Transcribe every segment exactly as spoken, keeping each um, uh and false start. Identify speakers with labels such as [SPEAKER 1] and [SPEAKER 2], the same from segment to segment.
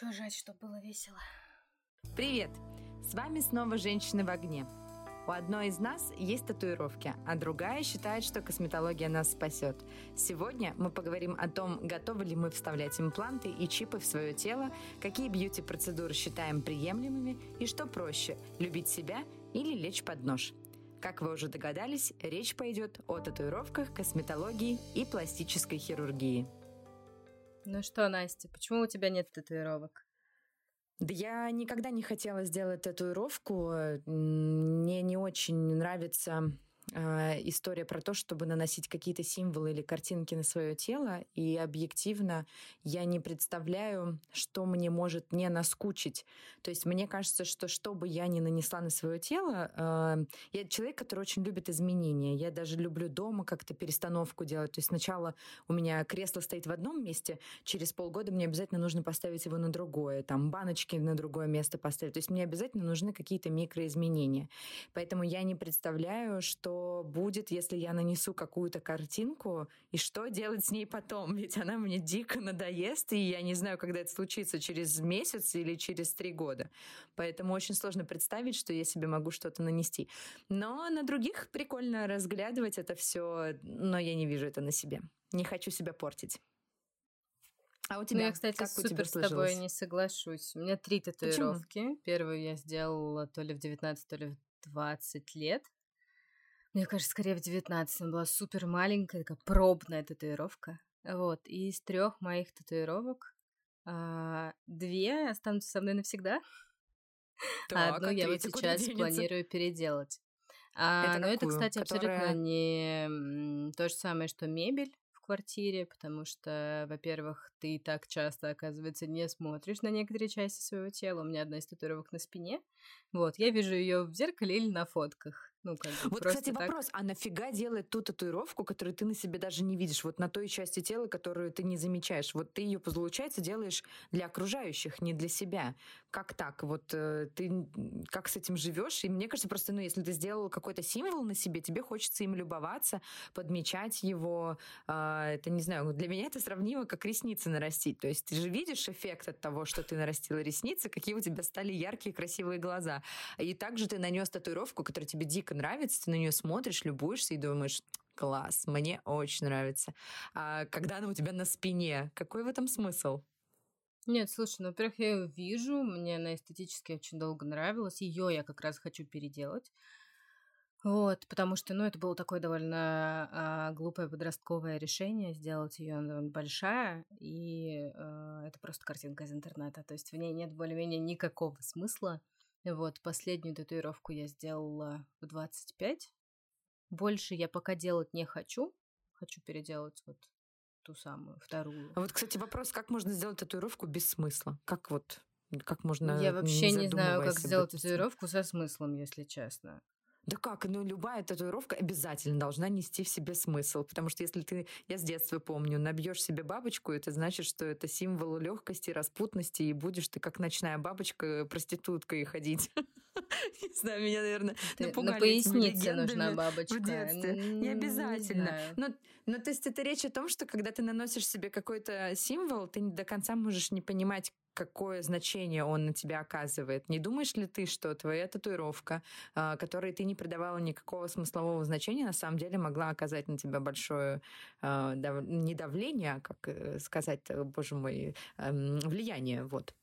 [SPEAKER 1] Хочу жать, чтобы было весело.
[SPEAKER 2] Привет! С вами снова «Женщины в огне». У одной из нас есть татуировки, а другая считает, что косметология нас спасет. Сегодня мы поговорим о том, готовы ли мы вставлять импланты и чипы в свое тело, какие бьюти-процедуры считаем приемлемыми и что проще – любить себя или лечь под нож. Как вы уже догадались, речь пойдет о татуировках, косметологии и пластической хирургии.
[SPEAKER 1] Ну что, Настя, почему у тебя нет татуировок?
[SPEAKER 2] Да я никогда не хотела сделать татуировку. Мне не очень нравится э, история про то, чтобы наносить какие-то символы или картинки на свое тело. И объективно я не представляю, что мне может не наскучить. То есть мне кажется, что что бы я ни нанесла на свое тело, э, я человек, который очень любит изменения. Я даже люблю дома как-то перестановку делать. То есть сначала у меня кресло стоит в одном месте, через полгода мне обязательно нужно поставить его на другое, там баночки на другое место поставить. То есть мне обязательно нужны какие-то микроизменения. Поэтому я не представляю, что будет, если я нанесу какую-то картинку, и что делать с ней потом. Ведь она мне дико надоест, и я не знаю, когда это случится, через месяц или через три года. Поэтому очень сложно представить, что я себе могу что-то нанести. Но на других прикольно разглядывать это все, но я не вижу это на себе. Не хочу себя портить. А у тебя?
[SPEAKER 1] Ну, я, кстати,
[SPEAKER 2] как у тебя
[SPEAKER 1] супер с тобой
[SPEAKER 2] сложилось?
[SPEAKER 1] не соглашусь. У меня три
[SPEAKER 2] Почему?
[SPEAKER 1] татуировки. Первую я сделала то ли в девятнадцать, то ли в двадцать лет. Мне кажется, скорее в девятнадцать. Она была супер маленькая, такая пробная татуировка. Вот. И из трех моих татуировок а, две останутся со мной навсегда, а
[SPEAKER 2] Так,
[SPEAKER 1] одну
[SPEAKER 2] а
[SPEAKER 1] я вот
[SPEAKER 2] третья куда
[SPEAKER 1] сейчас
[SPEAKER 2] денется?
[SPEAKER 1] планирую переделать. А,
[SPEAKER 2] Это
[SPEAKER 1] но это,
[SPEAKER 2] какую?
[SPEAKER 1] кстати, абсолютно
[SPEAKER 2] Которая...
[SPEAKER 1] не м, то же самое, что мебель в квартире, потому что, во-первых, ты так часто, оказывается, не смотришь на некоторые части своего тела. У меня одна из татуировок на спине. Вот, я вижу ее в зеркале или на фотках. Ну, как бы
[SPEAKER 2] Вот, кстати,
[SPEAKER 1] просто так.
[SPEAKER 2] вопрос, а нафига делать ту татуировку, которую ты на себе даже не видишь, вот на той части тела, которую ты не замечаешь? Вот ты ее, получается, делаешь для окружающих, не для себя. Как так? Вот э, ты м, как с этим живешь? И мне кажется, просто, ну, если ты сделал какой-то символ на себе, тебе хочется им любоваться, подмечать его. А, это, не знаю, для меня это сравнимо, как ресницы нарастить. То есть ты же видишь эффект от того, что ты нарастила ресницы, какие у тебя стали яркие, красивые глаза. И также ты нанес татуировку, которая тебе дико нравится, ты на нее смотришь, любуешься и думаешь: класс, мне очень нравится. А когда она у тебя на спине, какой в этом смысл?
[SPEAKER 1] Нет, слушай, ну, во-первых, я ее вижу, мне она эстетически очень долго нравилась, ее я как раз хочу переделать. Вот, потому что, ну, это было такое довольно а, глупое подростковое решение сделать ее большая, и а, это просто картинка из интернета, то есть в ней нет более-менее никакого смысла. Вот, последнюю татуировку я сделала в двадцать пять. Больше я пока делать не хочу. Хочу переделать вот ту самую, вторую.
[SPEAKER 2] А вот, кстати, вопрос, как можно сделать татуировку без смысла? Как вот, как
[SPEAKER 1] Я
[SPEAKER 2] можно,
[SPEAKER 1] вообще
[SPEAKER 2] не
[SPEAKER 1] не знаю, как
[SPEAKER 2] задумываясь,
[SPEAKER 1] сделать
[SPEAKER 2] допустим?
[SPEAKER 1] татуировку со смыслом, если честно.
[SPEAKER 2] Да как? Ну, любая татуировка обязательно должна нести в себе смысл. Потому что если ты, я с детства помню, набьешь себе бабочку, это значит, что это символ легкости, распутности, и будешь ты как ночная бабочка проституткой ходить. Не знаю, меня, наверное,
[SPEAKER 1] Ты, на
[SPEAKER 2] напугали этими
[SPEAKER 1] пояснице нужна
[SPEAKER 2] легендами в
[SPEAKER 1] бабочка.
[SPEAKER 2] детстве. Не
[SPEAKER 1] М, Не
[SPEAKER 2] обязательно.
[SPEAKER 1] знаю.
[SPEAKER 2] Но, но то есть это речь о том, что когда ты наносишь себе какой-то символ, ты до конца можешь не понимать, какое значение он на тебя оказывает. Не думаешь ли ты, что твоя татуировка, а, которой ты не придавала никакого смыслового значения, на самом деле могла оказать на тебя большое а, дав- не давление, а как э, сказать, боже мой, эм, влияние, вот.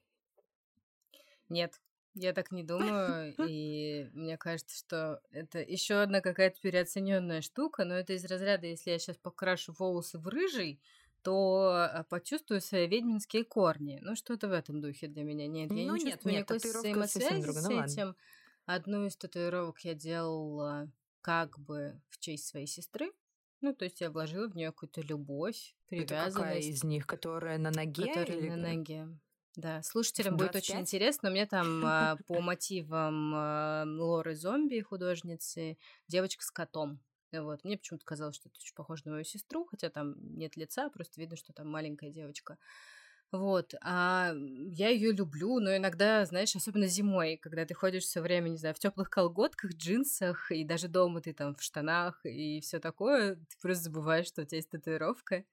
[SPEAKER 1] Нет, я так не думаю, и мне кажется, что это еще одна какая-то переоцененная штука, но это из разряда, если я сейчас покрашу волосы в рыжий, то а, почувствую свои ведьминские корни. Ну, что-то в этом духе для меня. Нет, я
[SPEAKER 2] Ну
[SPEAKER 1] не
[SPEAKER 2] нет,
[SPEAKER 1] чувствую
[SPEAKER 2] нет,
[SPEAKER 1] никакой
[SPEAKER 2] татуировка это совсем
[SPEAKER 1] взаимосвязи
[SPEAKER 2] другое.
[SPEAKER 1] с
[SPEAKER 2] Ну ладно.
[SPEAKER 1] этим. Одну из татуировок я делала как бы в честь своей сестры. Ну, то есть я вложила в нее какую-то любовь,
[SPEAKER 2] Это какая
[SPEAKER 1] привязанность,
[SPEAKER 2] из них? Которая на ноге
[SPEAKER 1] которая
[SPEAKER 2] или
[SPEAKER 1] на
[SPEAKER 2] э,
[SPEAKER 1] ноге. Да, слушателям будет
[SPEAKER 2] двадцать
[SPEAKER 1] очень
[SPEAKER 2] пять?
[SPEAKER 1] интересно. У меня там а, по мотивам а, Лоры Зомби, художницы, девочка с котом. Вот. Мне почему-то казалось, что это очень похоже на мою сестру, хотя там нет лица, просто видно, что там маленькая девочка. Вот, а я ее люблю, но иногда, знаешь, особенно зимой, когда ты ходишь все время, не знаю, в теплых колготках, джинсах, и даже дома ты там в штанах и все такое, ты просто забываешь, что у тебя есть татуировка.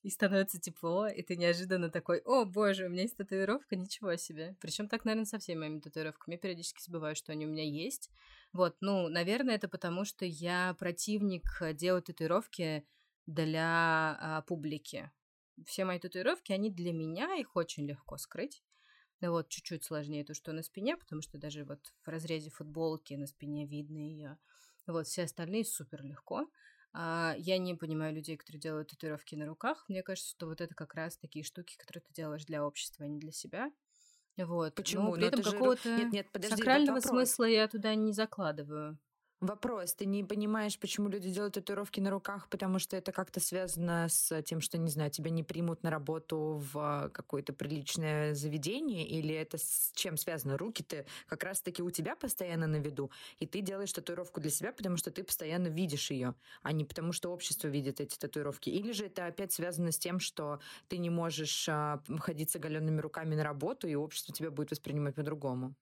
[SPEAKER 1] и становится тепло, и ты неожиданно такой: о, боже, у меня есть татуировка, ничего себе. Причем так, наверное, со всеми моими татуировками. Я периодически забываю, что они у меня есть. Вот, ну, наверное, это потому, что я противник э, делать татуировки для а, публики. Все мои татуировки, они для меня, их очень легко скрыть. Ну вот, чуть-чуть сложнее то, что на спине, потому что даже вот в разрезе футболки на спине видно ее. Вот, все остальные супер легко. А, я не понимаю людей, которые делают татуировки на руках. Мне кажется, что вот это как раз такие штуки, которые ты делаешь для общества, а не для себя. Вот. Но
[SPEAKER 2] Почему?
[SPEAKER 1] при
[SPEAKER 2] Но
[SPEAKER 1] этом
[SPEAKER 2] это же... ру- Нет,
[SPEAKER 1] какого-то
[SPEAKER 2] нет, подожди, вот
[SPEAKER 1] сакрального
[SPEAKER 2] вопрос.
[SPEAKER 1] смысла я туда не закладываю.
[SPEAKER 2] Вопрос. Ты не понимаешь, почему люди делают татуировки на руках, потому что это как-то связано с тем, что, не знаю, тебя не примут на работу в какое-то приличное заведение, или это с чем связано? Руки-то как раз-таки у тебя постоянно на виду, и ты делаешь татуировку для себя, потому что ты постоянно видишь ее, а не потому что общество видит эти татуировки. Или же это опять связано с тем, что ты не можешь а, ходить с оголенными руками на работу, и общество тебя будет воспринимать по-другому.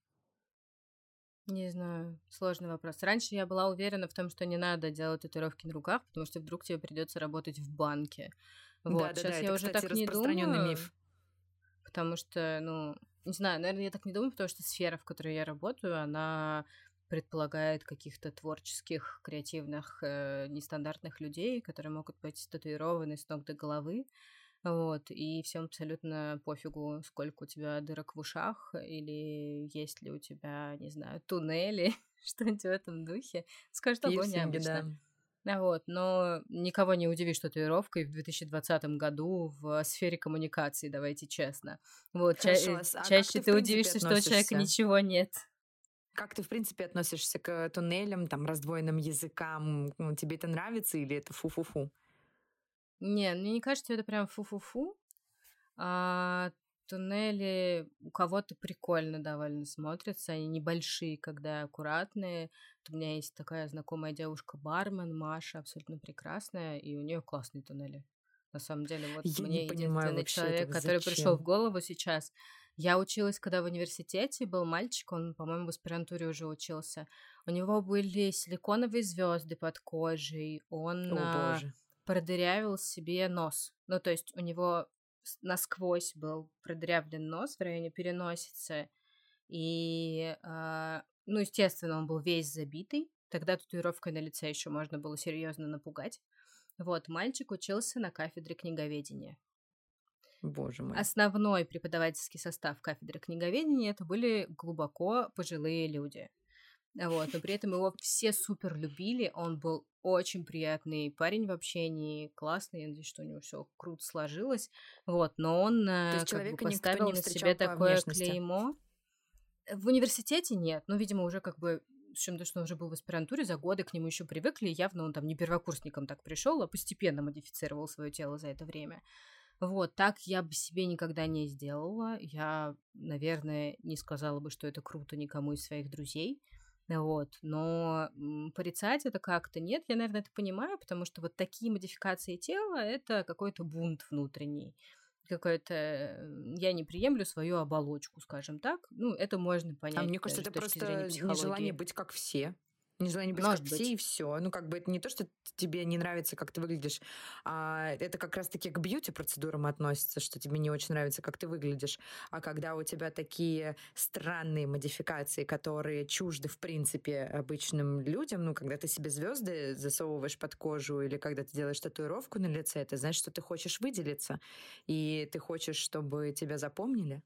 [SPEAKER 1] Не знаю, сложный вопрос. Раньше я была уверена в том, что не надо делать татуировки на руках, потому что вдруг тебе придется работать в банке. Вот,
[SPEAKER 2] Да-да-да,
[SPEAKER 1] сейчас
[SPEAKER 2] это,
[SPEAKER 1] я уже
[SPEAKER 2] кстати,
[SPEAKER 1] так не
[SPEAKER 2] распространенный
[SPEAKER 1] думаю,
[SPEAKER 2] миф.
[SPEAKER 1] потому что, ну, не знаю, наверное, я так не думаю, потому что сфера, в которой я работаю, она предполагает каких-то творческих, креативных, э, нестандартных людей, которые могут быть татуированы с ног до головы. Вот, и всем абсолютно пофигу, сколько у тебя дырок в ушах, или есть ли у тебя, не знаю, туннели, что-нибудь в этом духе. Скажут, ого,
[SPEAKER 2] Пирсинги, да.
[SPEAKER 1] необычно. А Вот, но никого не удивишь татуировкой в две тысячи двадцатом году в сфере коммуникации, давайте честно. Вот, ча-
[SPEAKER 2] Хорошо,
[SPEAKER 1] э,
[SPEAKER 2] а, с- а как
[SPEAKER 1] чаще
[SPEAKER 2] ты в
[SPEAKER 1] ты
[SPEAKER 2] принципе
[SPEAKER 1] удивишься, что у человека
[SPEAKER 2] относишься?
[SPEAKER 1] ничего нет.
[SPEAKER 2] Как ты в принципе относишься к туннелям, там, раздвоенным языкам? Ну, тебе это нравится или это фу-фу-фу?
[SPEAKER 1] Не, мне не кажется, это прям фу-фу-фу. А, Туннели у кого-то прикольно довольно смотрятся. Они небольшие, когда аккуратные. Вот у меня есть такая знакомая девушка-бармен, Маша, абсолютно прекрасная, и у нее классные туннели. На самом деле, вот
[SPEAKER 2] Я не
[SPEAKER 1] мне
[SPEAKER 2] понимаю
[SPEAKER 1] единственный
[SPEAKER 2] вообще
[SPEAKER 1] человек,
[SPEAKER 2] этого.
[SPEAKER 1] который пришел в
[SPEAKER 2] Зачем?
[SPEAKER 1] голову сейчас. Я училась, когда в университете был мальчик, он, по-моему, в аспирантуре уже учился. У него были силиконовые звезды под кожей, он
[SPEAKER 2] О,
[SPEAKER 1] а,
[SPEAKER 2] боже.
[SPEAKER 1] продырявил себе нос. Ну, то есть у него с- насквозь был продырявлен нос в районе переносицы. И, а, ну, естественно, он был весь забитый. Тогда татуировкой на лице еще можно было серьезно напугать. Вот, мальчик учился на кафедре книговедения.
[SPEAKER 2] Боже мой.
[SPEAKER 1] Основной преподавательский состав кафедры книговедения это были глубоко пожилые люди. Вот, но при этом его все супер любили, он был очень приятный парень в общении, классный, я надеюсь, что у него все круто сложилось, вот, но он
[SPEAKER 2] То
[SPEAKER 1] э,
[SPEAKER 2] есть
[SPEAKER 1] как бы
[SPEAKER 2] человека никто
[SPEAKER 1] поставил
[SPEAKER 2] не
[SPEAKER 1] на себе
[SPEAKER 2] встречал по
[SPEAKER 1] такое
[SPEAKER 2] внешности?
[SPEAKER 1] клеймо. В университете нет, ну, видимо, уже как бы, с чем то, что он уже был в аспирантуре, за годы к нему еще привыкли, и явно он там не первокурсником так пришел, а постепенно модифицировал свое тело за это время. Вот, так я бы себе никогда не сделала. Я, наверное, не сказала бы, что это круто никому из своих друзей. Вот, но м, порицать это как-то нет. Я, наверное, это понимаю, потому что вот такие модификации тела — это какой-то бунт внутренний. Какой-то... э, Я не приемлю свою оболочку, скажем так. Ну, это можно
[SPEAKER 2] А
[SPEAKER 1] понять
[SPEAKER 2] мне кажется,
[SPEAKER 1] даже с
[SPEAKER 2] это
[SPEAKER 1] точки зрения
[SPEAKER 2] просто нежелание
[SPEAKER 1] психологии.
[SPEAKER 2] быть как все. Нежелание быть как
[SPEAKER 1] Может
[SPEAKER 2] все, и
[SPEAKER 1] быть.
[SPEAKER 2] все. Ну, как бы это не то, что тебе не нравится, как ты выглядишь, а это как раз-таки к бьюти-процедурам относится, что тебе не очень нравится, как ты выглядишь. А когда у тебя такие странные модификации, которые чужды, в принципе, обычным людям, ну, когда ты себе звезды засовываешь под кожу или когда ты делаешь татуировку на лице, это значит, что ты хочешь выделиться, и ты хочешь, чтобы тебя запомнили.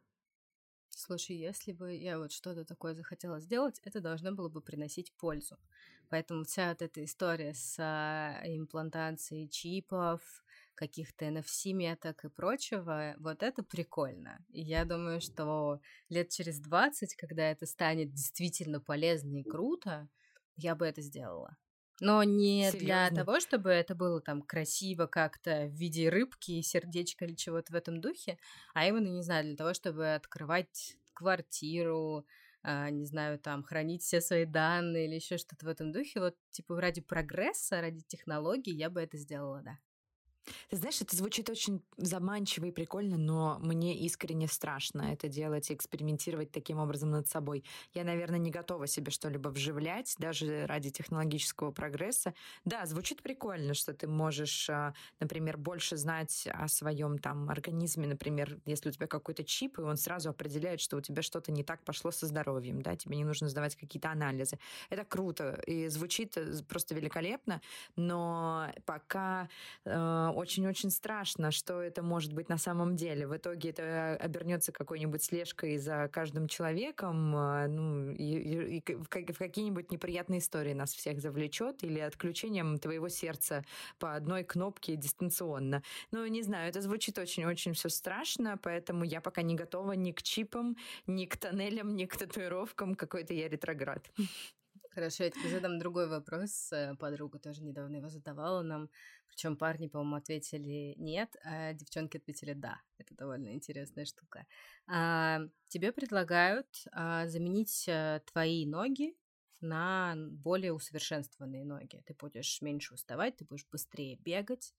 [SPEAKER 1] Слушай, если бы я вот что-то такое захотела сделать, это должно было бы приносить пользу. Поэтому вся вот эта история с а, имплантацией чипов, каких-то эн эф си-меток и прочего, вот это прикольно. И я думаю, что лет через двадцать, когда это станет действительно полезно и круто, я бы это сделала. Но не для
[SPEAKER 2] Серьезно.
[SPEAKER 1] того, чтобы это было там красиво как-то в виде рыбки и сердечка или чего-то в этом духе, а именно, не знаю, для того, чтобы открывать квартиру, а, не знаю, там, хранить все свои данные или еще что-то в этом духе. Вот, типа, ради прогресса, ради технологий я бы это сделала, да.
[SPEAKER 2] Ты знаешь, это звучит очень заманчиво и прикольно, но мне искренне страшно это делать и экспериментировать таким образом над собой. Я, наверное, не готова себе что-либо вживлять, даже ради технологического прогресса. Да, звучит прикольно, что ты можешь, а, например, больше знать о своем там организме, например, если у тебя какой-то чип, и он сразу определяет, что у тебя что-то не так пошло со здоровьем, да, тебе не нужно сдавать какие-то анализы. Это круто и звучит э, просто великолепно, но пока э, очень-очень страшно, что это может быть на самом деле. В итоге это обернется какой-нибудь слежкой за каждым человеком, а, ну, и, и- и в как- в какие-нибудь неприятные истории нас всех завлечет, или отключением твоего сердца по одной кнопке дистанционно. Ну, не знаю, это звучит очень-очень все страшно, поэтому я пока не готова ни к чипам, ни к тоннелям, ни к татуировкам. Какой-то я ретроград.
[SPEAKER 1] Хорошо, я тебе задам другой вопрос. Э, Подруга тоже недавно его задавала нам. Причем парни, по-моему, ответили нет, а девчонки ответили да. Это довольно интересная штука. А, тебе предлагают а, заменить э, твои ноги на более усовершенствованные ноги. Ты будешь меньше уставать, ты будешь быстрее бегать,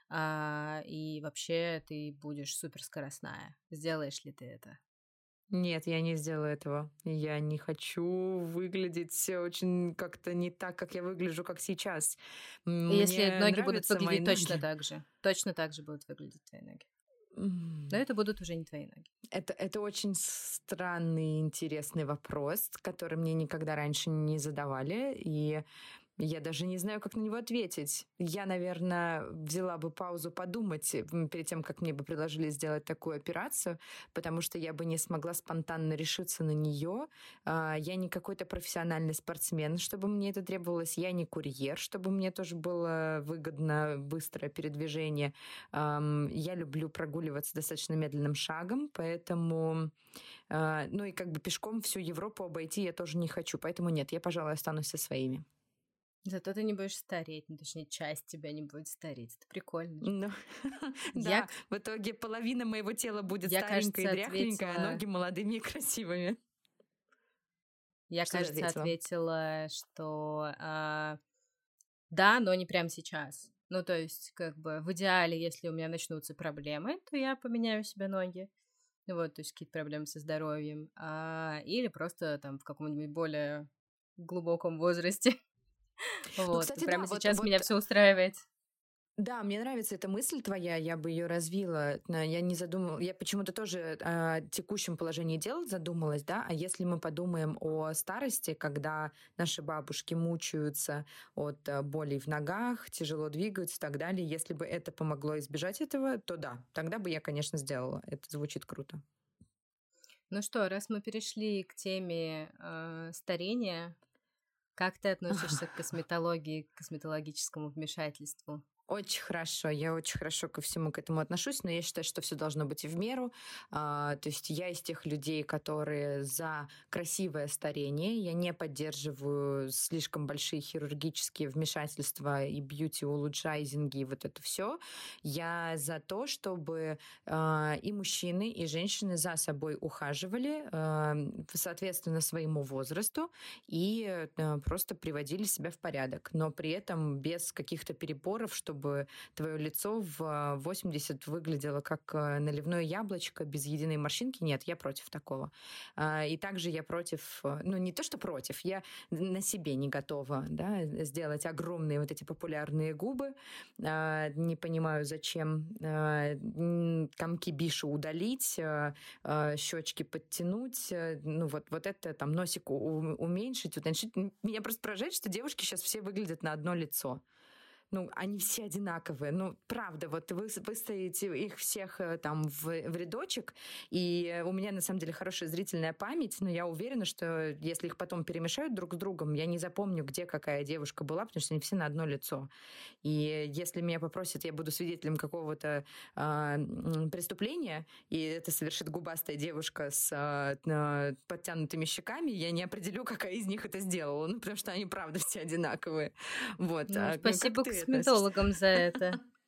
[SPEAKER 1] а, и вообще ты будешь суперскоростная. Сделаешь ли ты это?
[SPEAKER 2] Нет, я не сделаю этого. Я не хочу выглядеть очень как-то не так, как я выгляжу, как сейчас.
[SPEAKER 1] И если
[SPEAKER 2] Мне
[SPEAKER 1] ноги будут
[SPEAKER 2] нравятся мои
[SPEAKER 1] выглядеть точно
[SPEAKER 2] ноги.
[SPEAKER 1] так же, точно так же будут выглядеть твои ноги. Но
[SPEAKER 2] М,
[SPEAKER 1] это будут уже не твои ноги.
[SPEAKER 2] Это, это очень странный и интересный вопрос, который мне никогда раньше не задавали. И я даже не знаю, как на него ответить. Я, наверное, взяла бы паузу подумать м, перед тем, как мне бы предложили сделать такую операцию, потому что я бы не смогла спонтанно решиться на нее. А, Я не какой-то профессиональный спортсмен, чтобы мне это требовалось. Я не курьер, чтобы мне тоже было выгодно быстрое передвижение. Ам, Я люблю прогуливаться достаточно медленным шагом, поэтому, а, ну и как бы пешком всю Европу обойти я тоже не хочу. Поэтому нет, я, пожалуй, останусь со своими.
[SPEAKER 1] Зато ты не будешь стареть, ну, точнее, часть тебя не будет стареть. Это прикольно же.
[SPEAKER 2] Ну,
[SPEAKER 1] Я,
[SPEAKER 2] да, в итоге половина моего тела будет
[SPEAKER 1] я,
[SPEAKER 2] старенькой и
[SPEAKER 1] кажется,
[SPEAKER 2] дряхленькой, а
[SPEAKER 1] ответила...
[SPEAKER 2] ноги молодыми и красивыми.
[SPEAKER 1] Я,
[SPEAKER 2] Что ты
[SPEAKER 1] кажется,
[SPEAKER 2] ответила?
[SPEAKER 1] ответила, что а, да, но не прямо сейчас. Ну, то есть, как бы, в идеале, если у меня начнутся проблемы, то я поменяю себе ноги. Вот, то есть, какие-то проблемы со здоровьем. А, или просто там в каком-нибудь более глубоком возрасте.
[SPEAKER 2] Ну,
[SPEAKER 1] Вот,
[SPEAKER 2] кстати,
[SPEAKER 1] прямо
[SPEAKER 2] да, вот,
[SPEAKER 1] сейчас меня
[SPEAKER 2] вот
[SPEAKER 1] все устраивает.
[SPEAKER 2] да, мне нравится эта мысль твоя, я бы ее развила. На- Я не задумывала, я почему-то тоже о текущем положении дел задумалась, да, а если мы подумаем о старости, когда наши бабушки мучаются от э, болей в ногах, тяжело двигаются и так далее, если бы это помогло избежать этого, то да, тогда бы я, конечно, сделала. Это звучит круто.
[SPEAKER 1] Ну что, раз мы перешли к теме э, старения, как ты относишься к косметологии, к косметологическому вмешательству?
[SPEAKER 2] Очень хорошо, я очень хорошо ко всему к этому отношусь, но я считаю, что все должно быть в меру. А, то есть я из тех людей, которые за красивое старение, я не поддерживаю слишком большие хирургические вмешательства и бьюти-улучшайзинги, и вот это все. Я за то, чтобы а, и мужчины, и женщины за собой ухаживали, а, соответственно, своему возрасту, и э, просто приводили себя в порядок, но при этом без каких-то переборов, чтобы твое лицо в а, восемьдесят выглядело как э, наливное яблочко без единой морщинки. Нет, я против такого. А, И также я против, э, ну не то, что против, я на себе не готова, да, сделать огромные вот эти популярные губы. А, Не понимаю, зачем а, м, комки Биша удалить, а, а, щечки подтянуть, э, ну вот, вот это там носик у- уменьшить, утоньшить. М, Меня просто поражает, что девушки сейчас все выглядят на одно лицо. Ну, они все одинаковые. Ну, правда, вот вы выставите их всех э, там в, в рядочек, и у меня на самом деле хорошая зрительная память, но я уверена, что если их потом перемешают друг с другом, я не запомню, где какая девушка была, потому что они все на одно лицо. И если меня попросят, я буду свидетелем какого-то а, м, преступления, и это совершит губастая девушка с а, на- подтянутыми щеками, я не определю, какая из них это сделала, ну, потому что они, правда, все одинаковые. Вот.
[SPEAKER 1] Ну,
[SPEAKER 2] А, ну, как
[SPEAKER 1] спасибо
[SPEAKER 2] ты относишься?
[SPEAKER 1] косметологам за это.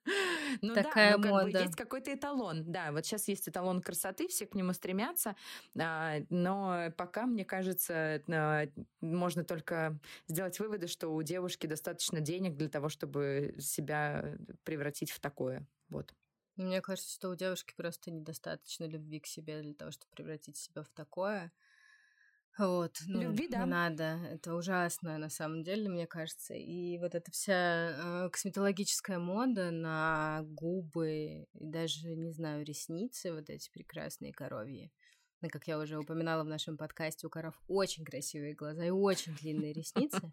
[SPEAKER 2] Ну да,
[SPEAKER 1] Такая
[SPEAKER 2] ну как бы
[SPEAKER 1] мода.
[SPEAKER 2] есть какой-то эталон. Да, вот сейчас есть эталон красоты, все к нему стремятся, а, но пока, мне кажется, а, можно только сделать выводы, что у девушки достаточно денег для того, чтобы себя превратить в такое. Вот.
[SPEAKER 1] Мне кажется, что у девушки просто недостаточно любви к себе для того, чтобы превратить себя в такое. Вот, ну,
[SPEAKER 2] Любви,
[SPEAKER 1] не
[SPEAKER 2] да.
[SPEAKER 1] надо. Это ужасно, на самом деле, мне кажется. И вот эта вся э, косметологическая мода на губы и даже, не знаю, ресницы, вот эти прекрасные коровьи. Ну, как я уже упоминала в нашем подкасте, у коров очень красивые глаза и очень длинные ресницы.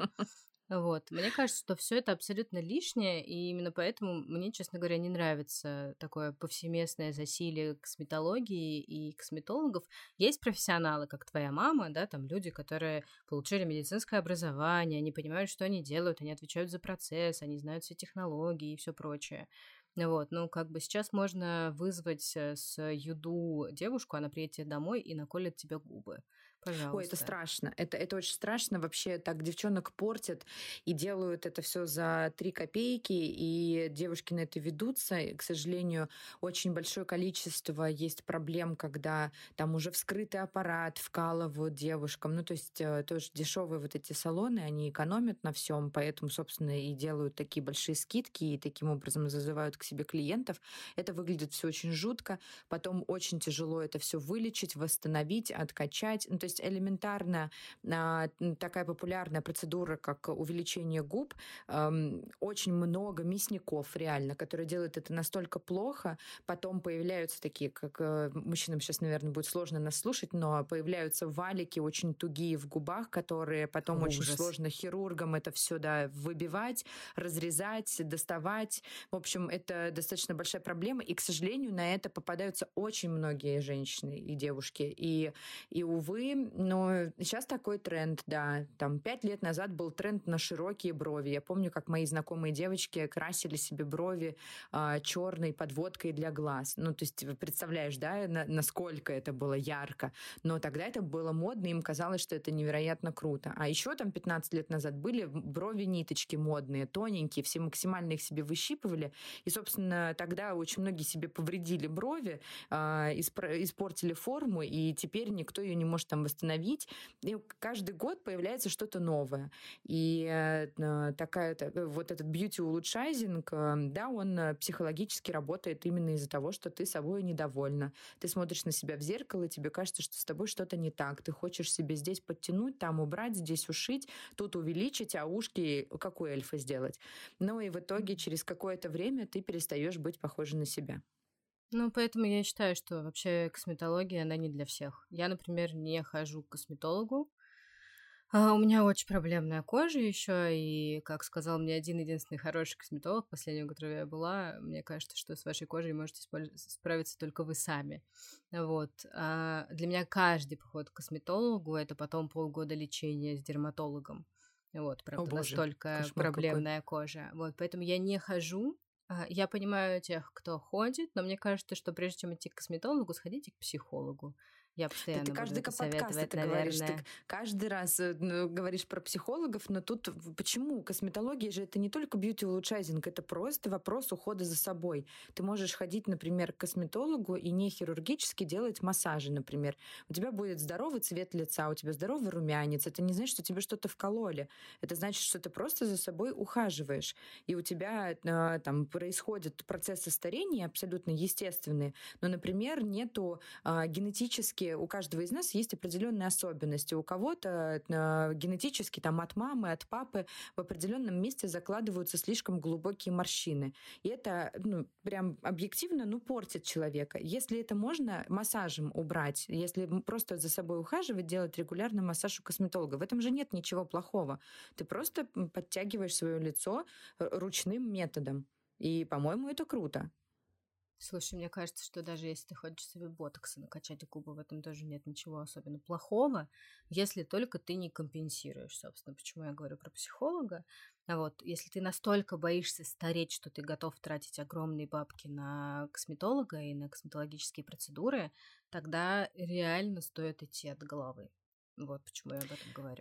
[SPEAKER 1] Вот. Мне кажется, что все это абсолютно лишнее, и именно поэтому мне, честно говоря, не нравится такое повсеместное засилие косметологии и косметологов. Есть профессионалы, как твоя мама, да, там люди, которые получили медицинское образование, они понимают, что они делают, они отвечают за процесс, они знают все технологии и все прочее. Вот, ну, как бы сейчас можно вызвать э, с юду девушку, она приедет тебе домой и наколет тебе губы.
[SPEAKER 2] Ой, это
[SPEAKER 1] Пожалуйста.
[SPEAKER 2] страшно. Это, это очень страшно. Вообще так девчонок портят и делают это все за три копейки, и девушки на это ведутся. И, к сожалению, очень большое количество есть проблем, когда там уже вскрытый аппарат вкалывают девушкам. Ну, то есть э, тоже дешевые вот эти салоны, они экономят на всем, поэтому, собственно, и делают такие большие скидки, и таким образом зазывают к себе клиентов. Это выглядит все очень жутко. Потом очень тяжело это все вылечить, восстановить, откачать. Ну, то есть элементарно а, такая популярная процедура, как увеличение губ, эм, очень много мясников реально, которые делают это настолько плохо. Потом появляются такие, как э, мужчинам сейчас, наверное, будет сложно нас слушать, но появляются валики очень тугие в губах, которые потом очень
[SPEAKER 1] Ужас.
[SPEAKER 2] сложно хирургам это все, да, выбивать, разрезать, доставать. В общем, это достаточно большая проблема, и, к сожалению, на это попадаются очень многие женщины и девушки. И, и увы, но сейчас такой тренд, да. Там пять лет назад был тренд на широкие брови. Я помню, как мои знакомые девочки красили себе брови а, черной подводкой для глаз. Ну, то есть, представляешь, да, на, насколько это было ярко. Но тогда это было модно, им казалось, что это невероятно круто. А еще там пятнадцать лет назад были брови-ниточки модные, тоненькие, все максимально их себе выщипывали. И, собственно, тогда очень многие себе повредили брови, а, испр- испортили форму, и теперь никто ее не может там восстановить. И каждый год появляется что-то новое. И э, такая, так, вот этот beauty-улучшайзинг, э, да, он э, психологически работает именно из-за того, что ты собой недовольна. Ты смотришь на себя в зеркало, и тебе кажется, что с тобой что-то не так. Ты хочешь себе здесь подтянуть, там убрать, здесь ушить, тут увеличить, а ушки как у эльфа сделать. Ну и в итоге через какое-то время ты перестаешь быть похожа на себя.
[SPEAKER 1] Ну, поэтому я считаю, что вообще косметология, она не для всех. Я, например, не хожу к косметологу. А, у меня очень проблемная кожа еще, и, как сказал мне один единственный хороший косметолог, последний, у которого я была, мне кажется, что с вашей кожей можете использ- справиться только вы сами. Вот. А для меня каждый поход к косметологу — это потом полгода лечения с дерматологом. Вот,
[SPEAKER 2] О
[SPEAKER 1] правда,
[SPEAKER 2] боже,
[SPEAKER 1] настолько
[SPEAKER 2] кошмар какой.
[SPEAKER 1] проблемная кожа. Вот, поэтому я не хожу. А, Я понимаю тех, кто ходит, но мне кажется, что прежде чем идти к косметологу, сходите к психологу. Я
[SPEAKER 2] Да ты
[SPEAKER 1] постоянно буду
[SPEAKER 2] каждый
[SPEAKER 1] это
[SPEAKER 2] ка- подкаст
[SPEAKER 1] советовать,
[SPEAKER 2] это говоришь. Ты
[SPEAKER 1] наверное.
[SPEAKER 2] к- каждый раз э, ну, говоришь про психологов, но тут в- почему? Косметология же это не только бьюти-улучшайзинг, это просто вопрос ухода за собой. Ты можешь ходить, например, к косметологу и не хирургически делать массажи, например. У тебя будет здоровый цвет лица, у тебя здоровый румянец. Это не значит, что тебе что-то вкололи. Это значит, что ты просто за собой ухаживаешь. И у тебя э, там происходят процессы старения абсолютно естественные. Но, например, нету а, генетически у каждого из нас есть определенные особенности. У кого-то а, генетически там от мамы, от папы в определенном месте закладываются слишком глубокие морщины. И это ну, прям объективно ну, портит человека. Если это можно массажем убрать, если просто за собой ухаживать, делать регулярный массаж у косметолога, в этом же нет ничего плохого. Ты просто подтягиваешь свое лицо ручным методом. И, по-моему, это круто.
[SPEAKER 1] Слушай, мне кажется, что даже если ты хочешь себе ботокса накачать губы, в этом тоже нет ничего особенно плохого, если только ты не компенсируешь, собственно, почему я говорю про психолога. А вот, если ты настолько боишься стареть, что ты готов тратить огромные бабки на косметолога и на косметологические процедуры, тогда реально стоит идти от головы. Вот почему я об этом говорю.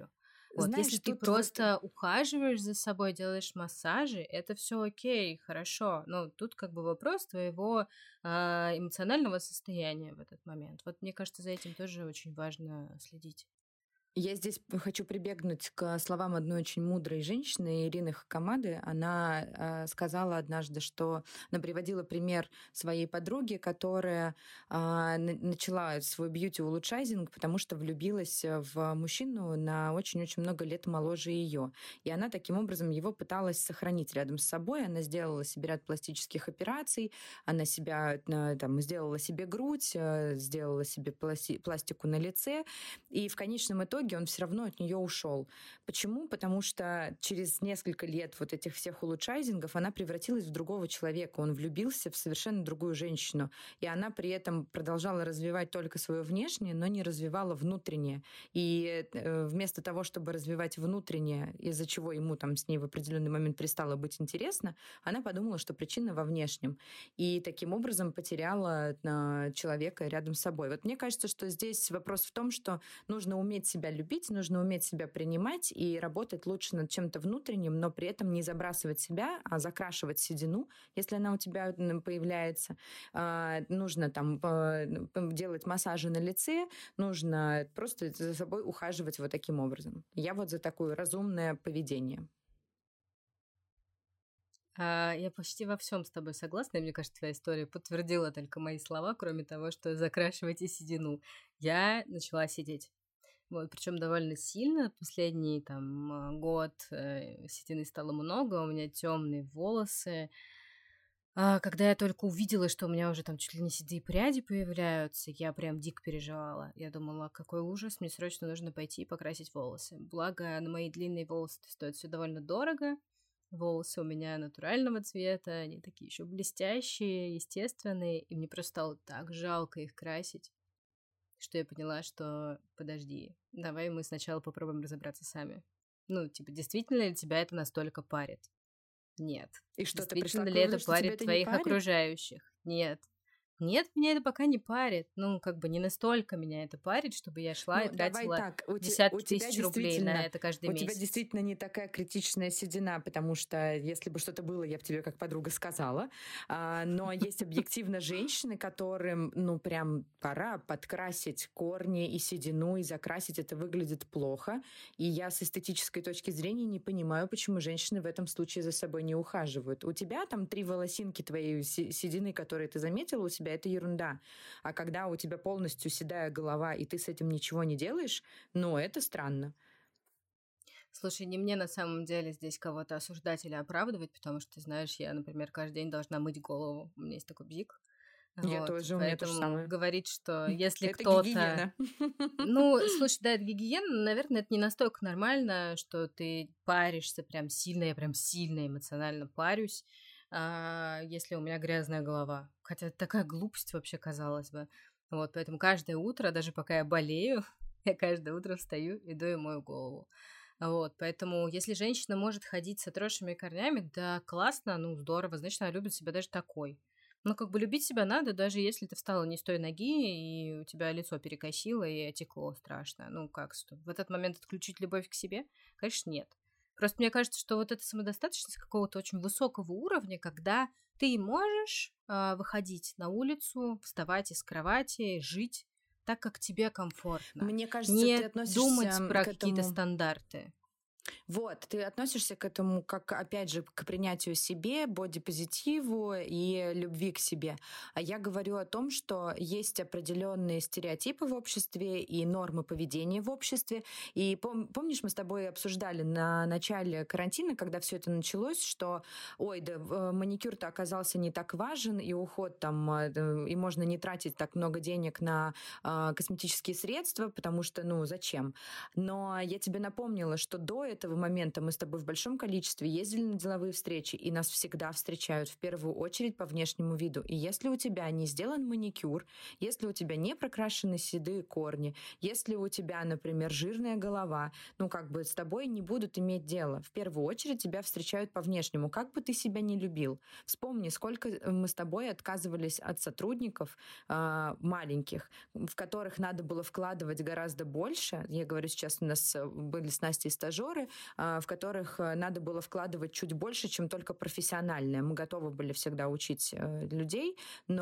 [SPEAKER 1] Вот, если
[SPEAKER 2] Знаешь,
[SPEAKER 1] ты
[SPEAKER 2] тут вот
[SPEAKER 1] просто ухаживаешь за собой, делаешь массажи, это все окей, хорошо. Но тут как бы вопрос твоего а, эмоционального состояния в этот момент. Вот мне кажется, за этим тоже очень важно следить.
[SPEAKER 2] я здесь хочу прибегнуть к словам одной очень мудрой женщины, Ирины Хакамады. Она э, сказала однажды, что она приводила пример своей подруги, которая а, на- начала свой бьюти-улучшайзинг, потому что влюбилась в мужчину на очень-очень много лет моложе ее. И она таким образом его пыталась сохранить рядом с собой. Она сделала себе ряд пластических операций, она себя э, там, сделала себе грудь, э, сделала себе пласти- пластику на лице, и в конечном итоге он все равно от нее ушел. Почему? Потому что через несколько лет вот этих всех улучшайзингов она превратилась в другого человека. Он влюбился в совершенно другую женщину. И она при этом продолжала развивать только свое внешнее, но не развивала внутреннее. И э, вместо того, чтобы развивать внутреннее, из-за чего ему там с ней в определенный момент перестало быть интересно, она подумала, что причина во внешнем. И таким образом потеряла э, человека рядом с собой. Вот мне кажется, что здесь вопрос в том, что нужно уметь себя любить, нужно уметь себя принимать и работать лучше над чем-то внутренним, но при этом не забрасывать себя, а закрашивать седину, если она у тебя появляется. А, нужно там делать массажи на лице, нужно просто за собой ухаживать вот таким образом. Я вот за такое разумное поведение.
[SPEAKER 1] А, я почти во всем с тобой согласна, и мне кажется, твоя история подтвердила только мои слова, кроме того, что закрашивайте седину. Я начала сидеть. Вот, причем довольно сильно. Последний там а, год э, седины стало много, у меня темные волосы. А, когда я только увидела, что у меня уже там чуть ли не седые пряди появляются, я прям дико переживала. Я думала, какой ужас, мне срочно нужно пойти и покрасить волосы. Благо, на мои длинные волосы стоит все довольно дорого. Волосы у меня натурального цвета, они такие еще блестящие, естественные, и мне просто стало так жалко их красить, что я поняла, что подожди, давай мы сначала попробуем разобраться сами. Ну, типа, действительно ли тебя это настолько парит? Нет.
[SPEAKER 2] И что, ты пришла
[SPEAKER 1] Действительно
[SPEAKER 2] к
[SPEAKER 1] ли это
[SPEAKER 2] выводу, что тебя
[SPEAKER 1] парит
[SPEAKER 2] это не
[SPEAKER 1] твоих
[SPEAKER 2] парит?
[SPEAKER 1] окружающих? Нет. Нет, меня это пока не парит. Ну, как бы не настолько меня это парит, чтобы я шла и
[SPEAKER 2] Ну, давай
[SPEAKER 1] тратила
[SPEAKER 2] так, у, те- у
[SPEAKER 1] десятки
[SPEAKER 2] тебя
[SPEAKER 1] тысяч рублей на
[SPEAKER 2] действительно,
[SPEAKER 1] это каждый
[SPEAKER 2] у тебя
[SPEAKER 1] месяц.
[SPEAKER 2] действительно не такая критичная седина, потому что если бы что-то было, я бы тебе как подруга сказала. А, но есть объективно женщины, которым, ну, прям пора подкрасить корни и седину, и закрасить это выглядит плохо. И я с эстетической точки зрения не понимаю, почему женщины в этом случае за собой не ухаживают. У тебя там три волосинки твоей се- седины, которые ты заметила у себя, это ерунда. А когда у тебя полностью седая голова, и ты с этим ничего не делаешь, ну, это странно.
[SPEAKER 1] Слушай, не мне на самом деле здесь кого-то осуждать или оправдывать, потому что, ты знаешь, я, например, каждый день должна мыть голову. У меня есть такой бзик.
[SPEAKER 2] Я
[SPEAKER 1] Вот,
[SPEAKER 2] тоже, у меня то же
[SPEAKER 1] поэтому
[SPEAKER 2] самое.
[SPEAKER 1] говорить, что если
[SPEAKER 2] Это
[SPEAKER 1] кто-то...
[SPEAKER 2] гигиена.
[SPEAKER 1] Ну, слушай, да, это гигиена, наверное, это не настолько нормально, что ты паришься прям сильно, я прям сильно эмоционально парюсь, а, если у меня грязная голова. Хотя это такая глупость вообще, казалось бы. Вот, поэтому каждое утро, даже пока я болею, я каждое утро встаю, иду и мою голову. Вот, поэтому если женщина может ходить с отросшими корнями, да, классно, ну, здорово, значит, она любит себя даже такой. Ну, как бы любить себя надо, даже если ты встала не с той ноги, и у тебя лицо перекосило и отекло страшно. Ну, как, что, в этот момент отключить любовь к себе? Конечно, нет. Просто мне кажется, что вот эта самодостаточность какого-то очень высокого уровня, когда ты можешь а, выходить на улицу, вставать из кровати, жить так, как тебе комфортно.
[SPEAKER 2] Мне кажется, ты
[SPEAKER 1] Не думать
[SPEAKER 2] относишься
[SPEAKER 1] про
[SPEAKER 2] к
[SPEAKER 1] какие-то
[SPEAKER 2] этому.
[SPEAKER 1] стандарты.
[SPEAKER 2] Вот, ты относишься к этому как, опять же, к принятию себе, бодипозитиву и любви к себе. А я говорю о том, что есть определенные стереотипы в обществе и нормы поведения в обществе. И пом- помнишь, мы с тобой обсуждали на начале карантина, когда все это началось, что, ой, да, э, маникюр-то оказался не так важен, и уход там, э, да, и можно не тратить так много денег на э, косметические средства, потому что, ну, зачем? Но я тебе напомнила, что до этого момента мы с тобой в большом количестве ездили на деловые встречи, и нас всегда встречают в первую очередь по внешнему виду. И если у тебя не сделан маникюр, если у тебя не прокрашены седые корни, если у тебя, например, жирная голова, ну, как бы с тобой не будут иметь дело. В первую очередь тебя встречают по внешнему, как бы ты себя не любил. Вспомни, сколько мы с тобой отказывались от сотрудников э, маленьких, в которых надо было вкладывать гораздо больше. Я говорю, сейчас у нас были с Настей стажеры, э, в которых надо было вкладывать чуть больше, чем только профессиональное. Мы готовы были всегда учить э, людей,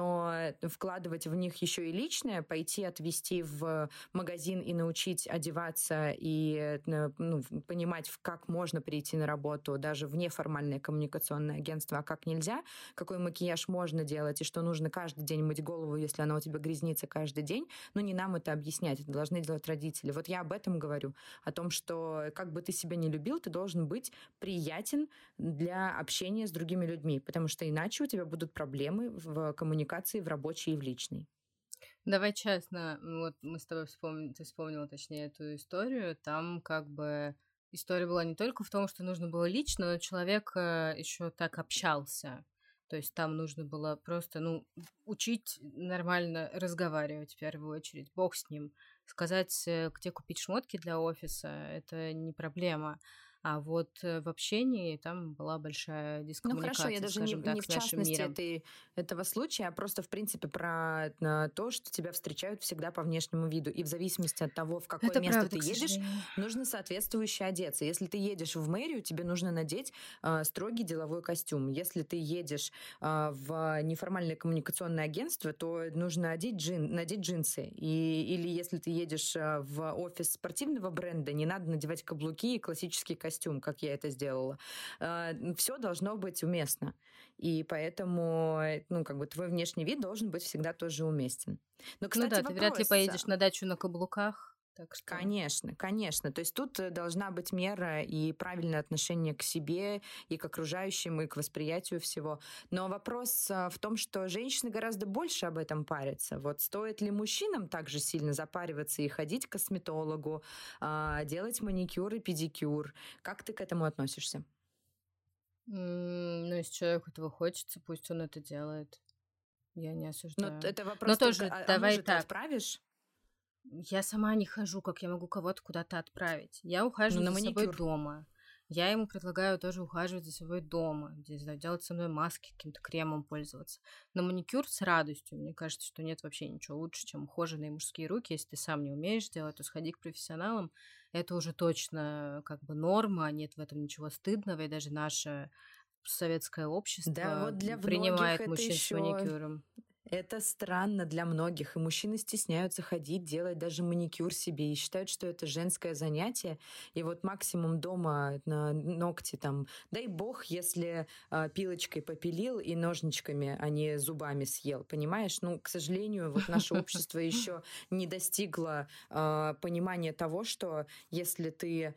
[SPEAKER 2] но вкладывать в них еще и личное, пойти отвезти в магазин и научить одеваться и ну, понимать, как можно прийти на работу даже в неформальное коммуникационное агентство, а как нельзя, какой макияж можно делать и что нужно каждый день мыть голову, если она у тебя грязнится каждый день. Но не нам это объяснять, это должны делать родители. Вот я об этом говорю, о том, что как бы ты себя не любил, ты должен быть приятен для общения с другими людьми, потому что иначе у тебя будут проблемы в коммуникации, в рабочей и в личной.
[SPEAKER 1] Давай честно, вот мы с тобой вспомнили, ты вспомнила, точнее, эту историю, там как бы история была не только в том, что нужно было лично, но человек еще так общался. То есть там нужно было просто, ну, учить нормально разговаривать в первую очередь, бог с ним. Сказать, где купить шмотки для офиса, это не проблема. А вот в общении там была большая дискоммуникация,
[SPEAKER 2] ну хорошо, я даже не,
[SPEAKER 1] скажем так,
[SPEAKER 2] не в
[SPEAKER 1] с нашим
[SPEAKER 2] частности
[SPEAKER 1] миром.
[SPEAKER 2] этой, этого случая, а просто в принципе про то, что тебя встречают всегда по внешнему виду. И в зависимости от того, в какое
[SPEAKER 1] Это
[SPEAKER 2] место
[SPEAKER 1] правда,
[SPEAKER 2] ты едешь, нужно соответствующе одеться. Если ты едешь в мэрию, тебе нужно надеть э, строгий деловой костюм. Если ты едешь э, в неформальное коммуникационное агентство, то нужно одеть джин, надеть джинсы. И, или если ты едешь э, в офис спортивного бренда, не надо надевать каблуки и классический костюм, как я это сделала. Э, все должно быть уместно. И поэтому, ну, как бы твой внешний вид должен быть всегда тоже уместен. Но, кстати,
[SPEAKER 1] ну да,
[SPEAKER 2] вопрос...
[SPEAKER 1] ты вряд ли поедешь на дачу на каблуках. Так что...
[SPEAKER 2] Конечно, конечно. То есть тут должна быть мера и правильное отношение к себе, и к окружающим, и к восприятию всего. Но вопрос в том, что женщины гораздо больше об этом парятся. Вот стоит ли мужчинам также сильно запариваться и ходить к косметологу, делать маникюр и педикюр? Как ты к этому относишься?
[SPEAKER 1] Mm, ну, если человеку этого хочется, пусть он это делает. Я не осуждаю.
[SPEAKER 2] Но это вопрос
[SPEAKER 1] Но
[SPEAKER 2] только,
[SPEAKER 1] тоже
[SPEAKER 2] а,
[SPEAKER 1] давай
[SPEAKER 2] а мужа ты
[SPEAKER 1] так.
[SPEAKER 2] отправишь?
[SPEAKER 1] Я сама не хожу, как я могу кого-то куда-то отправить. Я ухаживаю
[SPEAKER 2] Ну, на
[SPEAKER 1] за
[SPEAKER 2] маникюр.
[SPEAKER 1] собой дома. Я ему предлагаю тоже ухаживать за собой дома, не знаю, делать со мной маски, каким-то кремом пользоваться. На маникюр с радостью. Мне кажется, что нет вообще ничего лучше, чем ухоженные мужские руки. Если ты сам не умеешь делать, то сходи к профессионалам. Это уже точно как бы норма, нет в этом ничего стыдного, и даже наше советское общество
[SPEAKER 2] да, вот для
[SPEAKER 1] принимает
[SPEAKER 2] это
[SPEAKER 1] мужчин
[SPEAKER 2] еще...
[SPEAKER 1] с маникюром.
[SPEAKER 2] Это странно для многих, и мужчины стесняются ходить, делать даже маникюр себе, и считают, что это женское занятие, и вот максимум дома на ногти там, дай бог, если э, пилочкой попилил и ножничками, а не зубами съел, понимаешь? Ну, к сожалению, вот наше общество еще не достигло э, понимания того, что если ты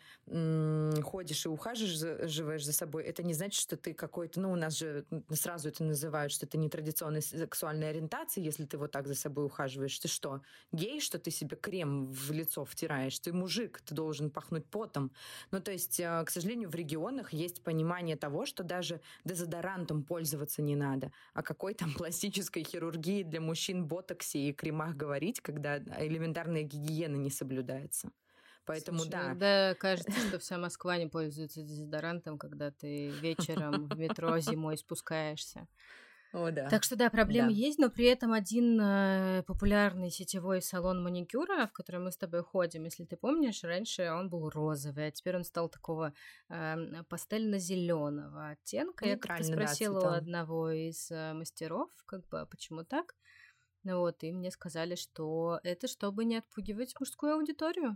[SPEAKER 2] э, ходишь и ухаживаешь за собой, это не значит, что ты какой-то, ну, у нас же сразу это называют, что это нетрадиционная сексуальная ориентации, если ты вот так за собой ухаживаешь. Ты что, гей, что ты себе крем в лицо втираешь? Ты мужик, ты должен пахнуть потом. Ну, то есть, к сожалению, в регионах есть понимание того, что даже дезодорантом пользоваться не надо. О какой там пластической хирургии для мужчин, ботоксе и кремах говорить, когда элементарная гигиена не соблюдается. Поэтому
[SPEAKER 1] Слушай,
[SPEAKER 2] да.
[SPEAKER 1] Иногда кажется, что вся Москва не пользуется дезодорантом, когда ты вечером в метро зимой спускаешься.
[SPEAKER 2] О, да.
[SPEAKER 1] Так что да, проблемы
[SPEAKER 2] да.
[SPEAKER 1] есть, но при этом один э, популярный сетевой салон маникюра, в который мы с тобой ходим, если ты помнишь, раньше он был розовый, а теперь он стал такого э, пастельно-зеленого оттенка. Я как-то спросила да, у одного из э, мастеров, как бы, почему так. Вот, и мне сказали, что это чтобы не отпугивать мужскую аудиторию.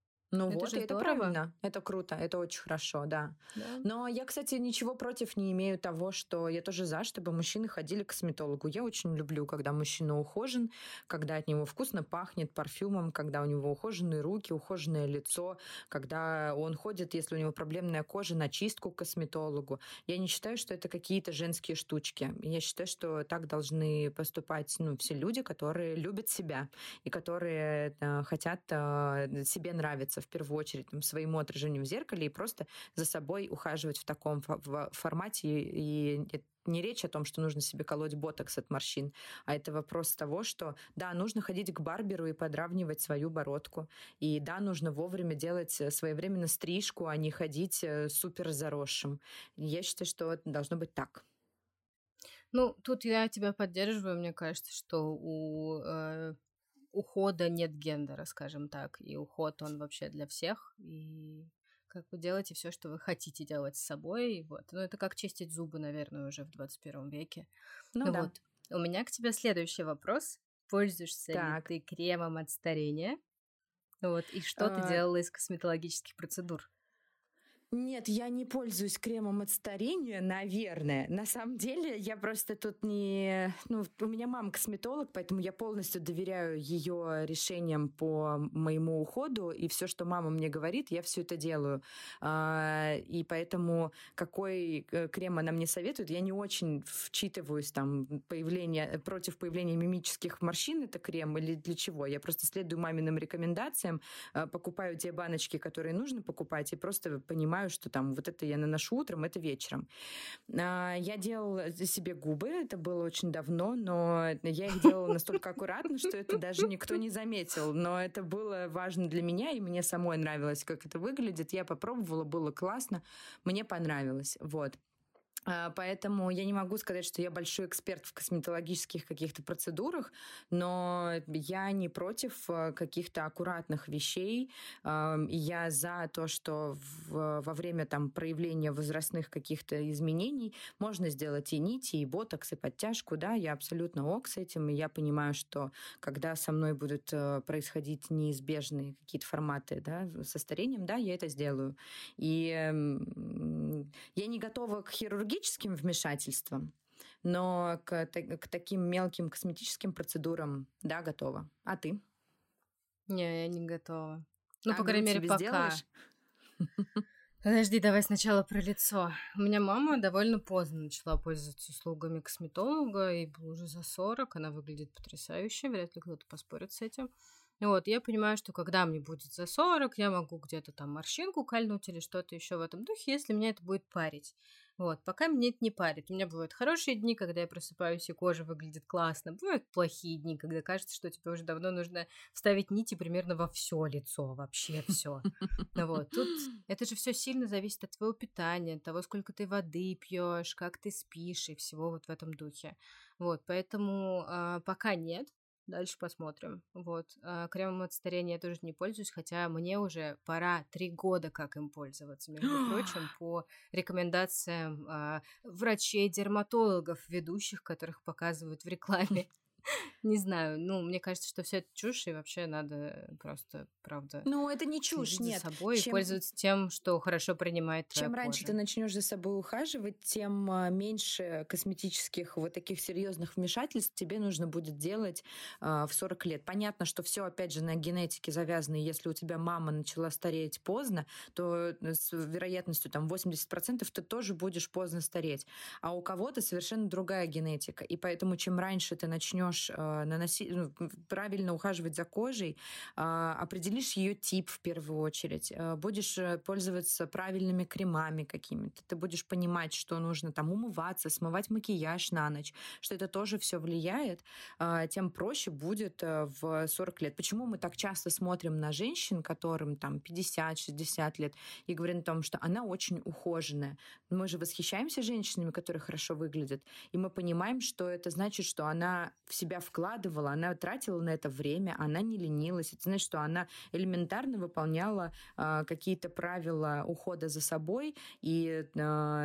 [SPEAKER 2] Ну это вот, и это правильно, это круто, это очень хорошо, да.
[SPEAKER 1] да.
[SPEAKER 2] Но я, кстати, ничего против не имею того, что я тоже за, чтобы мужчины ходили к косметологу. Я очень люблю, когда мужчина ухожен, когда от него вкусно пахнет парфюмом, когда у него ухоженные руки, ухоженное лицо, когда он ходит, если у него проблемная кожа, на чистку к косметологу. Я не считаю, что это какие-то женские штучки. Я считаю, что так должны поступать ну, все люди, которые любят себя и которые э, хотят э, себе нравиться нравиться в первую очередь там, своему отражению в зеркале и просто за собой ухаживать в таком в формате. И не речь о том, что нужно себе колоть ботокс от морщин, а это вопрос того, что да, нужно ходить к барберу и подравнивать свою бородку. И да, нужно вовремя делать своевременно стрижку, а не ходить супер заросшим. Я считаю, что это должно быть так.
[SPEAKER 1] Ну, тут я тебя поддерживаю. Мне кажется, что у э, ухода нет гендера, скажем так. И уход, он вообще для всех. И как вы делаете все, что вы хотите делать с собой. Вот. Ну, это как чистить зубы, наверное, уже в двадцать первом веке.
[SPEAKER 2] Ну да.
[SPEAKER 1] Вот. У меня к тебе следующий вопрос. Пользуешься ли
[SPEAKER 2] Так.
[SPEAKER 1] ты кремом от старения? Вот. И что ты
[SPEAKER 2] А,
[SPEAKER 1] делала из косметологических процедур?
[SPEAKER 2] Нет, я не пользуюсь кремом от старения, наверное. На самом деле, я просто тут не... Ну, у меня мама косметолог, поэтому я полностью доверяю ее решениям по моему уходу, и все, что мама мне говорит, я все это делаю. А, и поэтому какой крем она мне советует, я не очень вчитываюсь там появление, против появления мимических морщин это крем или для чего. Я просто следую маминым рекомендациям, покупаю те баночки, которые нужно покупать, и просто понимаю, что там вот это я наношу утром, это вечером. Я делала себе губы, это было очень давно, но я их делала настолько аккуратно, что это даже никто не заметил. Но это было важно для меня, и мне самой нравилось, как это выглядит. Я попробовала, было классно, мне понравилось. Вот. Поэтому я не могу сказать, что я большой эксперт в косметологических каких-то процедурах, но я не против каких-то аккуратных вещей. Я за то, что в, во время там, проявления возрастных каких-то изменений можно сделать и нити, и ботокс, и подтяжку. Да, я абсолютно ок с этим, и я понимаю, что когда со мной будут происходить неизбежные какие-то форматы, да, со старением, да, я это сделаю. И я не готова к хирургии, вмешательствам, но к, к таким мелким косметическим процедурам, да, готова. А ты?
[SPEAKER 1] Не, я не готова. Ну,
[SPEAKER 2] а
[SPEAKER 1] по крайней мере, пока.
[SPEAKER 2] Сделаешь?
[SPEAKER 1] Подожди, давай сначала про лицо. У меня мама довольно поздно начала пользоваться услугами косметолога, ей было уже за сорок, она выглядит потрясающе, вряд ли кто-то поспорит с этим. Вот, я понимаю, что когда мне будет за сорок, я могу где-то там морщинку кольнуть или что-то еще в этом духе, если меня это будет парить. Вот, пока меня это не парит. У меня бывают хорошие дни, когда я просыпаюсь, и кожа выглядит классно. Бывают плохие дни, когда кажется, что тебе уже давно нужно вставить нити примерно во все лицо, вообще все. Вот, тут это же все сильно зависит от твоего питания, от того, сколько ты воды пьешь, как ты спишь и всего вот в этом духе. Вот, поэтому а, пока нет. Дальше посмотрим. Вот. А кремом от старения я тоже не пользуюсь, хотя мне уже пора три года как им пользоваться, между прочим, по рекомендациям а, врачей, дерматологов, ведущих, которых показывают в рекламе. Не знаю, ну, мне кажется, что все это чушь, и вообще надо просто, правда,
[SPEAKER 2] ну, это не чушь, нет.
[SPEAKER 1] за собой
[SPEAKER 2] Чем...
[SPEAKER 1] и пользоваться тем, что хорошо принимает твоя
[SPEAKER 2] Чем
[SPEAKER 1] кожа.
[SPEAKER 2] раньше ты начнешь за собой ухаживать, тем меньше косметических вот таких серьезных вмешательств тебе нужно будет делать э, в сорок лет. Понятно, что все опять же на генетике завязано. Если у тебя мама начала стареть поздно, то с вероятностью там восемьдесят процентов ты тоже будешь поздно стареть. А у кого-то совершенно другая генетика. И поэтому чем раньше ты начнешь наносить, ну, правильно ухаживать за кожей, определишь ее тип в первую очередь, будешь пользоваться правильными кремами какими-то, ты будешь понимать, что нужно там умываться, смывать макияж на ночь, что это тоже все влияет, тем проще будет в сорок лет. Почему мы так часто смотрим на женщин, которым там пятьдесят-шестьдесят лет, и говорим о том, что она очень ухоженная? Мы же восхищаемся женщинами, которые хорошо выглядят, и мы понимаем, что это значит, что она в себя вкладывала, она тратила на это время, она не ленилась. Это значит, что она элементарно выполняла э, какие-то правила ухода за собой, и, э,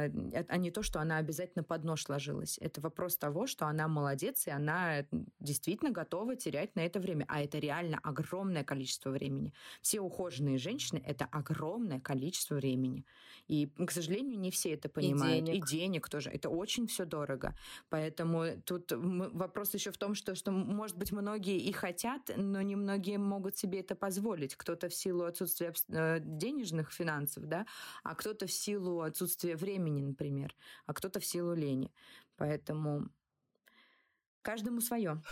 [SPEAKER 2] а не то, что она обязательно под нож ложилась. Это вопрос того, что она молодец, и она действительно готова терять на это время. А это реально огромное количество времени. Все ухоженные женщины — это огромное количество времени. И, к сожалению, не все это понимают. И денег, и денег тоже. Это очень все дорого. Поэтому тут вопрос еще в том, что, что, может быть, многие и хотят, но не многие могут себе это позволить. Кто-то в силу отсутствия денежных финансов, да, а кто-то в силу отсутствия времени, например, а кто-то в силу лени. Поэтому каждому свое.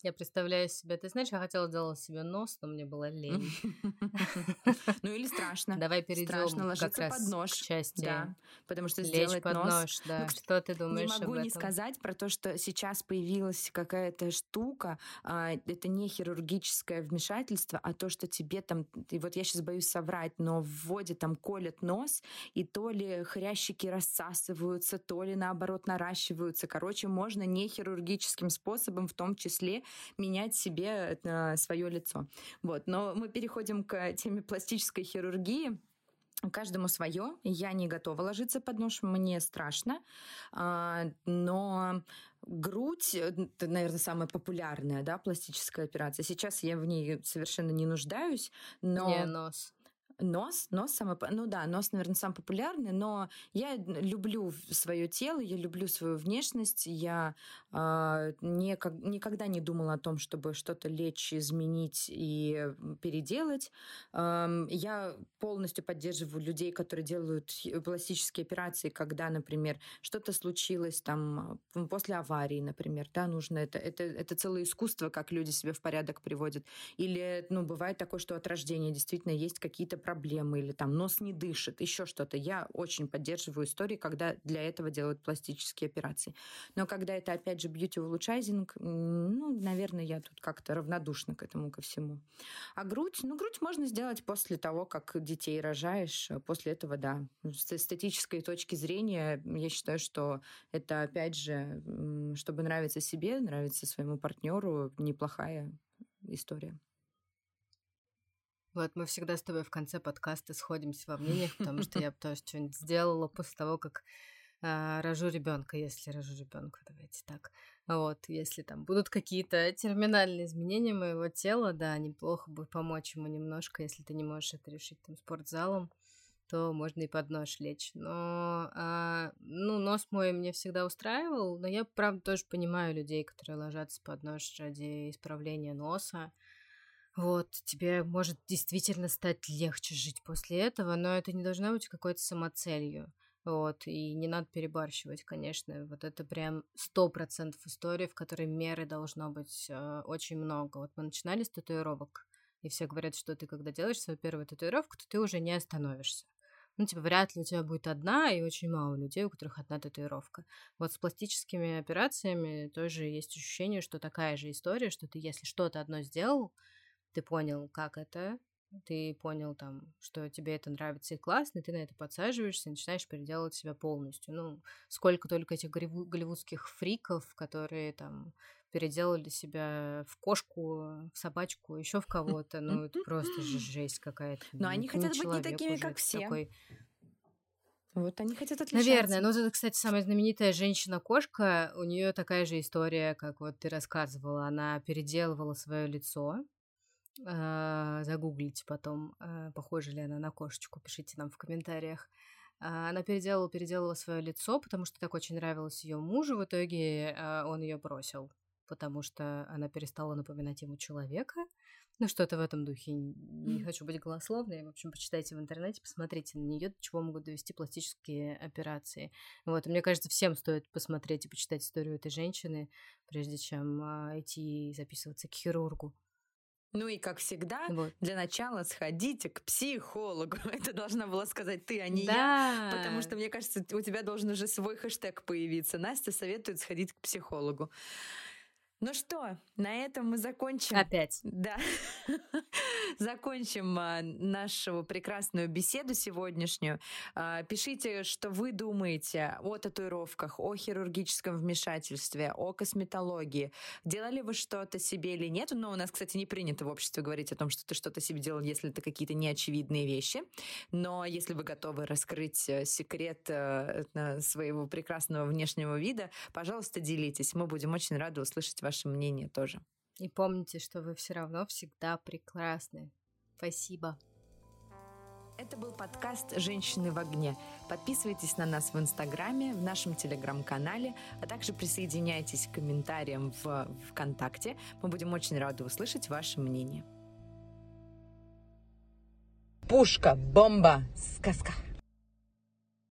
[SPEAKER 1] Я представляю себе, ты знаешь, я хотела сделать себе нос, но мне было лень.
[SPEAKER 2] Ну или страшно.
[SPEAKER 1] Давай
[SPEAKER 2] Страшно
[SPEAKER 1] перейдем как
[SPEAKER 2] ложиться под
[SPEAKER 1] раз к
[SPEAKER 2] нож.
[SPEAKER 1] части
[SPEAKER 2] Да, потому что
[SPEAKER 1] лечь
[SPEAKER 2] сделать
[SPEAKER 1] под
[SPEAKER 2] нос...
[SPEAKER 1] нож,
[SPEAKER 2] Ну,
[SPEAKER 1] да.
[SPEAKER 2] кс-
[SPEAKER 1] Что ты
[SPEAKER 2] не
[SPEAKER 1] думаешь об
[SPEAKER 2] могу не
[SPEAKER 1] этом?
[SPEAKER 2] сказать про то, что сейчас появилась какая-то штука. а, Это не хирургическое вмешательство, а то, что тебе там... И вот я сейчас боюсь соврать, но вводят там колят нос, и то ли хрящики рассасываются, то ли наоборот наращиваются. Короче, можно не хирургическим способом в том числе менять себе свое лицо. Вот. Но мы переходим к теме пластической хирургии. Каждому свое. Я не готова ложиться под нож, мне страшно. А, но грудь, это, наверное, самая популярная, да, пластическая операция. Сейчас я в ней совершенно не нуждаюсь,
[SPEAKER 1] Не,
[SPEAKER 2] но...
[SPEAKER 1] нос.
[SPEAKER 2] Нос, нос самый, по- ну да, нос, наверное, самый популярный, но я люблю свое тело, я люблю свою внешность, я а, никак- никогда не думала о том, чтобы что-то лечь, изменить и переделать. Ам, Я полностью поддерживаю людей, которые делают хи- пластические операции, когда, например, что-то случилось там м, после аварии, например, да, нужно это, это, это целое искусство, как люди себя в порядок приводят. Или, ну, бывает такое, что от рождения действительно есть какие-то проблемы, или там нос не дышит, еще что-то. Я очень поддерживаю истории, когда для этого делают пластические операции. Но когда это, опять же, бьюти-улучшайзинг, м, ну, наверное, я тут как-то равнодушна к этому ко всему. А грудь? Ну, грудь можно сделать после того, как детей рожаешь. После этого, да. С эстетической точки зрения, я считаю, что это, опять же, м, чтобы нравиться себе, нравиться своему партнеру, неплохая история.
[SPEAKER 1] Вот мы всегда с тобой в конце подкаста сходимся во мнениях, потому что я бы тоже что-нибудь сделала после того, как а, рожу ребенка, если рожу ребенка, давайте так. Вот, если там будут какие-то терминальные изменения моего тела, да, неплохо бы помочь ему немножко, если ты не можешь это решить там спортзалом, то можно и под нож лечь. Но, а, ну, нос мой мне всегда устраивал, но я, правда, тоже понимаю людей, которые ложатся под нож ради исправления носа. Вот, тебе может действительно стать легче жить после этого, но это не должно быть какой-то самоцелью. Вот, и не надо перебарщивать, конечно. Вот это прям сто процентов история, в которой меры должно быть э, очень много. Вот мы начинали с татуировок, и все говорят, что ты, когда делаешь свою первую татуировку, то ты уже не остановишься. Ну, типа, вряд ли у тебя будет одна, и очень мало людей, у которых одна татуировка. Вот с пластическими операциями тоже есть ощущение, что такая же история, что ты, если что-то одно сделал, ты понял, как это, ты понял там, что тебе это нравится и классно, и ты на это подсаживаешься и начинаешь переделывать себя полностью. Ну, сколько только этих голливу- голливудских фриков, которые там переделали себя в кошку, в собачку, еще в кого-то. Ну, это просто же жесть какая-то.
[SPEAKER 2] Но они
[SPEAKER 1] Это не
[SPEAKER 2] хотят быть не
[SPEAKER 1] человек
[SPEAKER 2] такими,
[SPEAKER 1] уже,
[SPEAKER 2] как
[SPEAKER 1] это
[SPEAKER 2] все.
[SPEAKER 1] такой...
[SPEAKER 2] Вот они хотят
[SPEAKER 1] Наверное,
[SPEAKER 2] отличаться.
[SPEAKER 1] но это, кстати, самая знаменитая женщина-кошка, у нее такая же история, как вот ты рассказывала. Она переделывала свое лицо. А, Загуглите потом, а, похожа ли она на кошечку, пишите нам в комментариях. А, Она переделала, переделала свое лицо, потому что так очень нравилось ее мужу. В итоге а, он ее бросил, потому что она перестала напоминать ему человека. Ну, что-то в этом духе. Не
[SPEAKER 2] М.
[SPEAKER 1] хочу быть голословной. В общем, почитайте в интернете, посмотрите на нее, до чего могут довести пластические операции. Вот, и мне кажется, всем стоит посмотреть и почитать историю этой женщины, прежде чем а, идти и записываться к хирургу.
[SPEAKER 2] Ну и, как всегда,
[SPEAKER 1] Вот.
[SPEAKER 2] для начала сходите к психологу. Это должна была сказать ты, а не я.
[SPEAKER 1] Да.
[SPEAKER 2] Потому что, мне кажется, у тебя должен уже свой хэштег появиться. Настя советует сходить к психологу. Ну что, на этом мы закончим.
[SPEAKER 1] Опять.
[SPEAKER 2] Да. Закончим а, нашу прекрасную беседу сегодняшнюю. А, Пишите, что вы думаете о татуировках, о хирургическом вмешательстве, о косметологии. Делали вы что-то себе или нет? Но у нас, кстати, не принято в обществе говорить о том, что ты что-то себе делал, если это какие-то неочевидные вещи. Но если вы готовы раскрыть э, секрет э, э, своего прекрасного внешнего вида, пожалуйста, делитесь. Мы будем очень рады услышать ваше мнение тоже.
[SPEAKER 1] И помните, что вы все равно всегда прекрасны. Спасибо.
[SPEAKER 2] Это был подкаст «Женщины в огне». Подписывайтесь на нас в Инстаграме, в нашем Телеграм-канале, а также присоединяйтесь к комментариям в ВКонтакте. Мы будем очень рады услышать ваше мнение. Пушка, бомба, сказка.